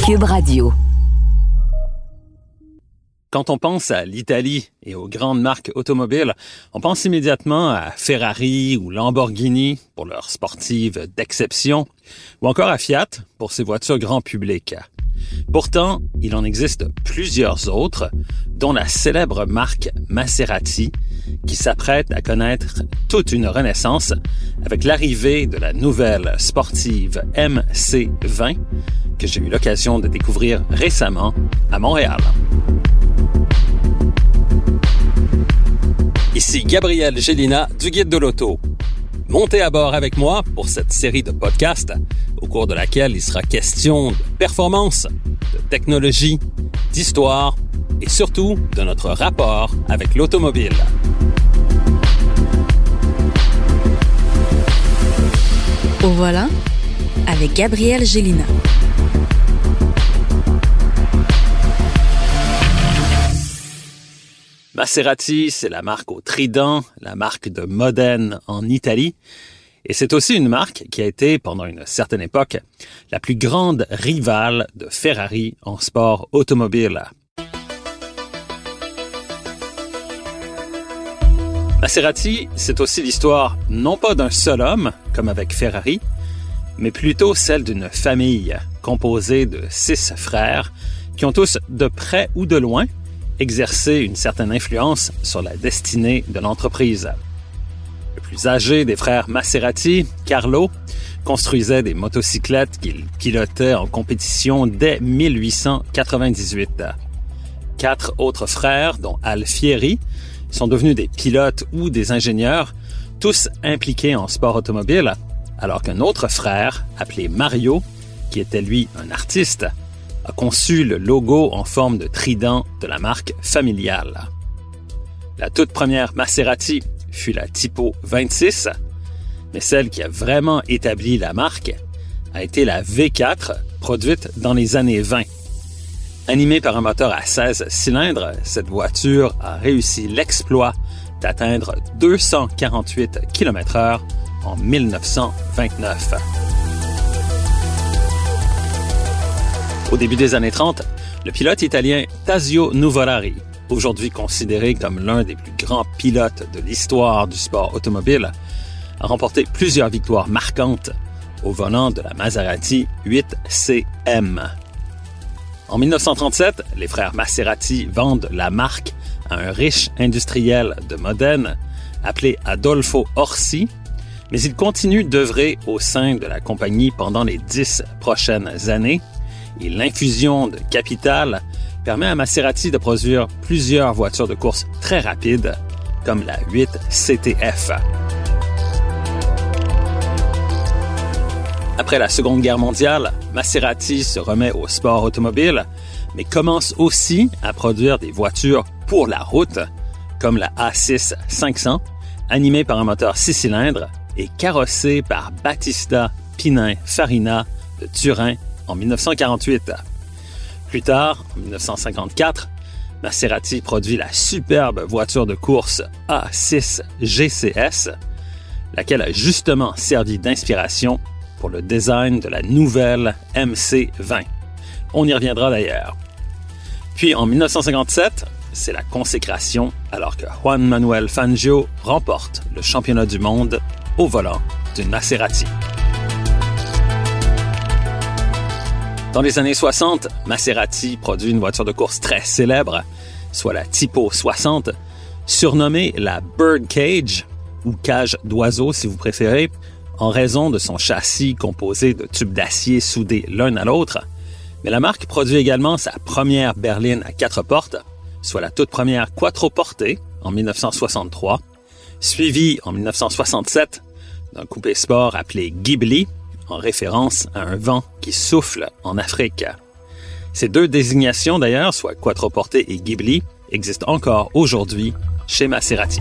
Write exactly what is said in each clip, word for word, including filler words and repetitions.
Cube Radio. Quand on pense à l'Italie et aux grandes marques automobiles, on pense immédiatement à Ferrari ou Lamborghini pour leurs sportives d'exception, ou encore à Fiat pour ses voitures grand public. Pourtant, il en existe plusieurs autres, dont la célèbre marque Maserati, qui s'apprête à connaître toute une renaissance avec l'arrivée de la nouvelle sportive M C vingt, que j'ai eu l'occasion de découvrir récemment à Montréal. Ici Gabriel Gélina du Guide de l'Auto. Montez à bord avec moi pour cette série de podcasts au cours de laquelle il sera question de performance, de technologie, d'histoire et surtout de notre rapport avec l'automobile. Au volant, avec Gabriel Gélina. Maserati, c'est la marque au trident, la marque de Modène en Italie. Et c'est aussi une marque qui a été, pendant une certaine époque, la plus grande rivale de Ferrari en sport automobile. Maserati, c'est aussi l'histoire non pas d'un seul homme, comme avec Ferrari, mais plutôt celle d'une famille composée de six frères qui ont tous, de près ou de loin, exercé une certaine influence sur la destinée de l'entreprise. Le plus âgé des frères Maserati, Carlo, construisait des motocyclettes qu'il pilotait en compétition dès mille huit cent quatre-vingt-dix-huit. Quatre autres frères, dont Alfieri, sont devenus des pilotes ou des ingénieurs, tous impliqués en sport automobile, alors qu'un autre frère, appelé Mario, qui était lui un artiste, a conçu le logo en forme de trident de la marque familiale. La toute première Maserati fut la Tipo vingt-six, mais celle qui a vraiment établi la marque a été la V quatre, produite dans les années vingt. Animée par un moteur à seize cylindres, cette voiture a réussi l'exploit d'atteindre deux cent quarante-huit kilomètres heure en mille neuf cent vingt-neuf. Au début des années trente, le pilote italien Tazio Nuvolari, aujourd'hui considéré comme l'un des plus grands pilotes de l'histoire du sport automobile, a remporté plusieurs victoires marquantes au volant de la Maserati huit C M. En mille neuf cent trente-sept, les frères Maserati vendent la marque à un riche industriel de Modène appelé Adolfo Orsi, mais ils continuent d'œuvrer au sein de la compagnie pendant les dix prochaines années et l'infusion de capital permet à Maserati de produire plusieurs voitures de course très rapides, comme la huit C T F. Après la Seconde Guerre mondiale, Maserati se remet au sport automobile, mais commence aussi à produire des voitures pour la route, comme la A six cinq cents, animée par un moteur six cylindres et carrossée par Battista Pininfarina de Turin en mille neuf cent quarante-huit. Plus tard, en mille neuf cent cinquante-quatre, Maserati produit la superbe voiture de course A six G C S, laquelle a justement servi d'inspiration pour le design de la nouvelle M C vingt. On y reviendra d'ailleurs. Puis en mille neuf cent cinquante-sept, c'est la consécration alors que Juan Manuel Fangio remporte le championnat du monde au volant d'une Maserati. Dans les années soixante, Maserati produit une voiture de course très célèbre, soit la Tipo soixante, surnommée la Bird Cage, ou cage d'oiseau si vous préférez, en raison de son châssis composé de tubes d'acier soudés l'un à l'autre. Mais la marque produit également sa première berline à quatre portes, soit la toute première Quattroporte en mille neuf cent soixante-trois, suivie en mille neuf cent soixante-sept d'un coupé sport appelé Ghibli, en référence à un vent qui souffle en Afrique. Ces deux désignations d'ailleurs, soit Quattroporte et Ghibli, existent encore aujourd'hui chez Maserati.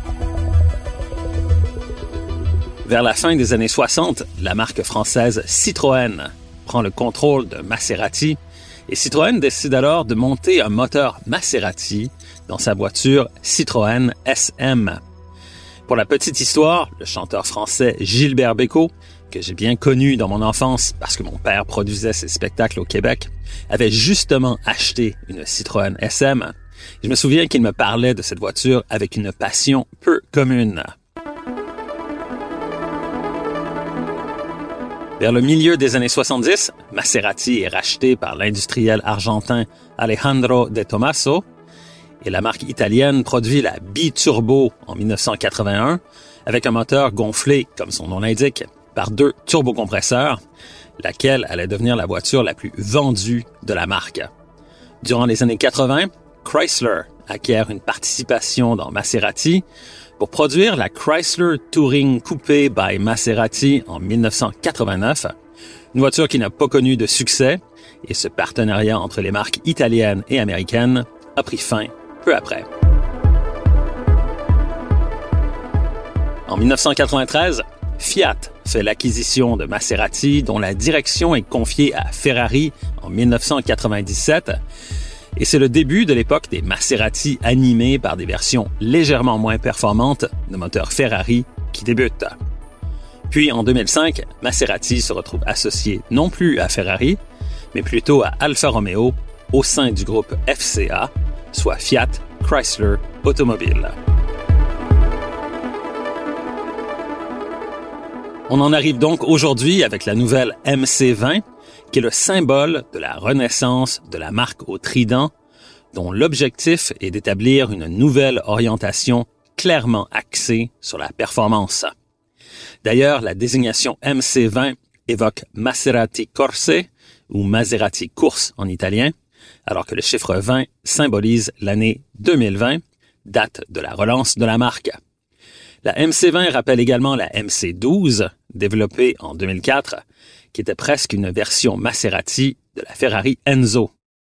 Vers la fin des années soixante, la marque française Citroën prend le contrôle de Maserati et Citroën décide alors de monter un moteur Maserati dans sa voiture Citroën S M. Pour la petite histoire, le chanteur français Gilbert Bécaud, que j'ai bien connu dans mon enfance parce que mon père produisait ses spectacles au Québec, avait justement acheté une Citroën S M. Je me souviens qu'il me parlait de cette voiture avec une passion peu commune. Vers le milieu des années soixante-dix, Maserati est racheté par l'industriel argentin Alejandro De Tomaso et la marque italienne produit la Biturbo en dix-neuf cent quatre-vingt-un avec un moteur gonflé, comme son nom l'indique, par deux turbocompresseurs, laquelle allait devenir la voiture la plus vendue de la marque. Durant les années quatre-vingts, Chrysler acquiert une participation dans Maserati pour produire la Chrysler Touring Coupé by Maserati en dix-neuf cent quatre-vingt-neuf, une voiture qui n'a pas connu de succès, et ce partenariat entre les marques italiennes et américaines a pris fin peu après. En dix-neuf cent quatre-vingt-treize, Fiat fait l'acquisition de Maserati, dont la direction est confiée à Ferrari en dix-neuf cent quatre-vingt-dix-sept, et c'est le début de l'époque des Maserati animés par des versions légèrement moins performantes de moteurs Ferrari qui débutent. Puis en deux mille cinq, Maserati se retrouve associé non plus à Ferrari, mais plutôt à Alfa Romeo au sein du groupe F C A, soit Fiat Chrysler Automobile. On en arrive donc aujourd'hui avec la nouvelle M C vingt, qui est le symbole de la renaissance de la marque au trident, dont l'objectif est d'établir une nouvelle orientation clairement axée sur la performance. D'ailleurs, la désignation M C vingt évoque Maserati Corse ou Maserati Course en italien, alors que le chiffre vingt symbolise l'année deux mille vingt, date de la relance de la marque. La M C vingt rappelle également la M C douze, développée en deux mille quatre, qui était presque une version Maserati de la Ferrari Enzo.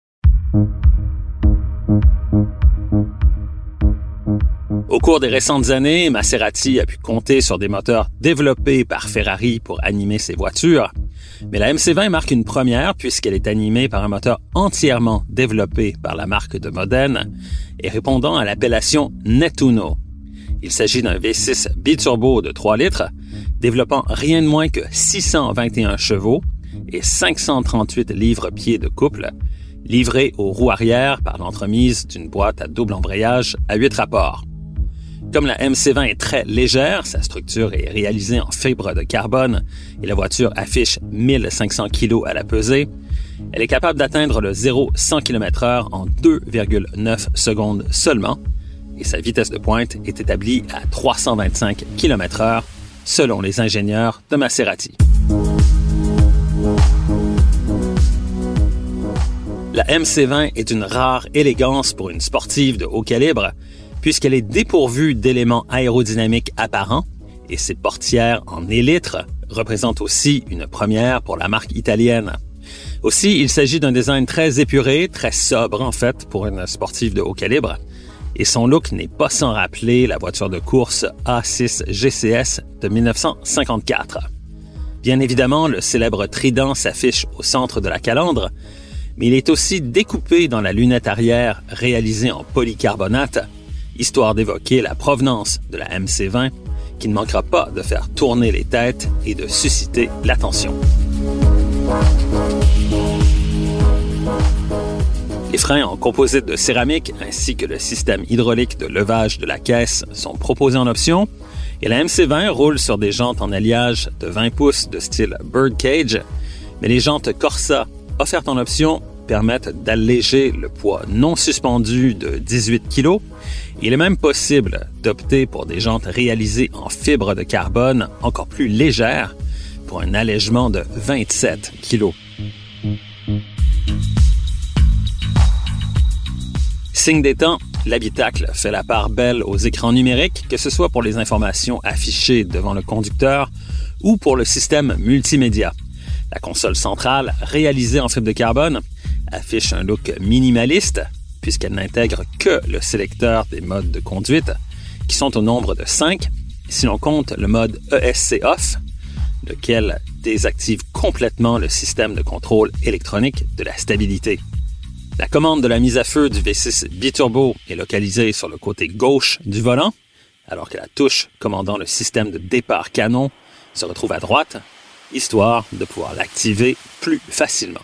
Au cours des récentes années, Maserati a pu compter sur des moteurs développés par Ferrari pour animer ses voitures, mais la M C vingt marque une première puisqu'elle est animée par un moteur entièrement développé par la marque de Modène et répondant à l'appellation Nettuno. Il s'agit d'un V six biturbo de trois litres, développant rien de moins que six cent vingt et un chevaux et cinq cent trente-huit livres-pieds de couple, livré aux roues arrière par l'entremise d'une boîte à double embrayage à huit rapports. Comme la M C vingt est très légère, sa structure est réalisée en fibre de carbone et la voiture affiche mille cinq cents kilos à la pesée, elle est capable d'atteindre le zéro à cent kilomètres heure en deux virgule neuf secondes seulement, et sa vitesse de pointe est établie à trois cent vingt-cinq kilomètres heure selon les ingénieurs de Maserati. La M C vingt est d'une rare élégance pour une sportive de haut calibre puisqu'elle est dépourvue d'éléments aérodynamiques apparents et ses portières en élytre représentent aussi une première pour la marque italienne. Aussi, il s'agit d'un design très épuré, très sobre en fait pour une sportive de haut calibre, et son look n'est pas sans rappeler la voiture de course A six G C S de dix-neuf cent cinquante-quatre. Bien évidemment, le célèbre trident s'affiche au centre de la calandre, mais il est aussi découpé dans la lunette arrière réalisée en polycarbonate, histoire d'évoquer la provenance de la M C vingt, qui ne manquera pas de faire tourner les têtes et de susciter l'attention. Les freins en composite de céramique ainsi que le système hydraulique de levage de la caisse sont proposés en option et la M C vingt roule sur des jantes en alliage de vingt pouces de style Birdcage, mais les jantes Corsa offertes en option permettent d'alléger le poids non suspendu de dix-huit kilos. Il est même possible d'opter pour des jantes réalisées en fibre de carbone encore plus légères pour un allègement de vingt-sept kilos. Signe des temps, l'habitacle fait la part belle aux écrans numériques, que ce soit pour les informations affichées devant le conducteur ou pour le système multimédia. La console centrale, réalisée en fibre de carbone, affiche un look minimaliste puisqu'elle n'intègre que le sélecteur des modes de conduite, qui sont au nombre de cinq, si l'on compte le mode E S C Off, lequel désactive complètement le système de contrôle électronique de la stabilité. La commande de la mise à feu du V six biturbo est localisée sur le côté gauche du volant, alors que la touche commandant le système de départ canon se retrouve à droite, histoire de pouvoir l'activer plus facilement.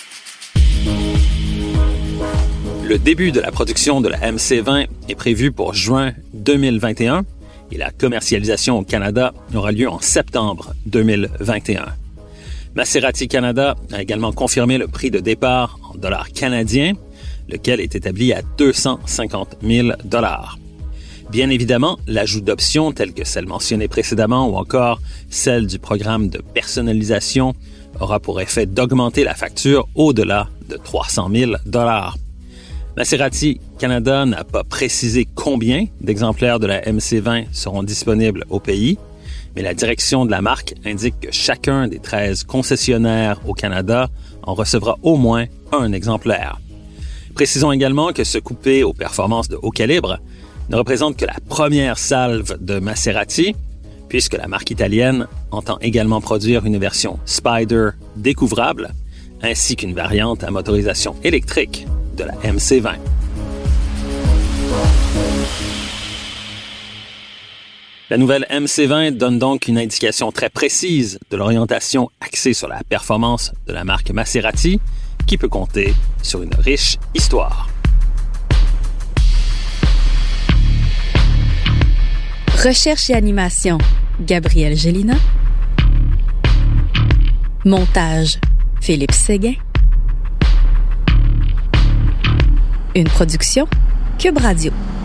Le début de la production de la M C vingt est prévu pour juin deux mille vingt et un et la commercialisation au Canada aura lieu en septembre deux mille vingt et un. Maserati Canada a également confirmé le prix de départ en dollars canadiens, lequel est établi à deux cent cinquante mille dollars. Bien évidemment, l'ajout d'options telles que celles mentionnées précédemment ou encore celle du programme de personnalisation aura pour effet d'augmenter la facture au-delà de trois cent mille dollars. Maserati Canada n'a pas précisé combien d'exemplaires de la M C vingt seront disponibles au pays, mais la direction de la marque indique que chacun des treize concessionnaires au Canada en recevra au moins un exemplaire. Précisons également que ce coupé aux performances de haut calibre ne représente que la première salve de Maserati, puisque la marque italienne entend également produire une version Spider découvrable, ainsi qu'une variante à motorisation électrique de la M C vingt. La nouvelle M C vingt donne donc une indication très précise de l'orientation axée sur la performance de la marque Maserati, qui peut compter sur une riche histoire. Recherche et animation, Gabrielle Gélina. Montage, Philippe Séguin. Une production, Cube Radio.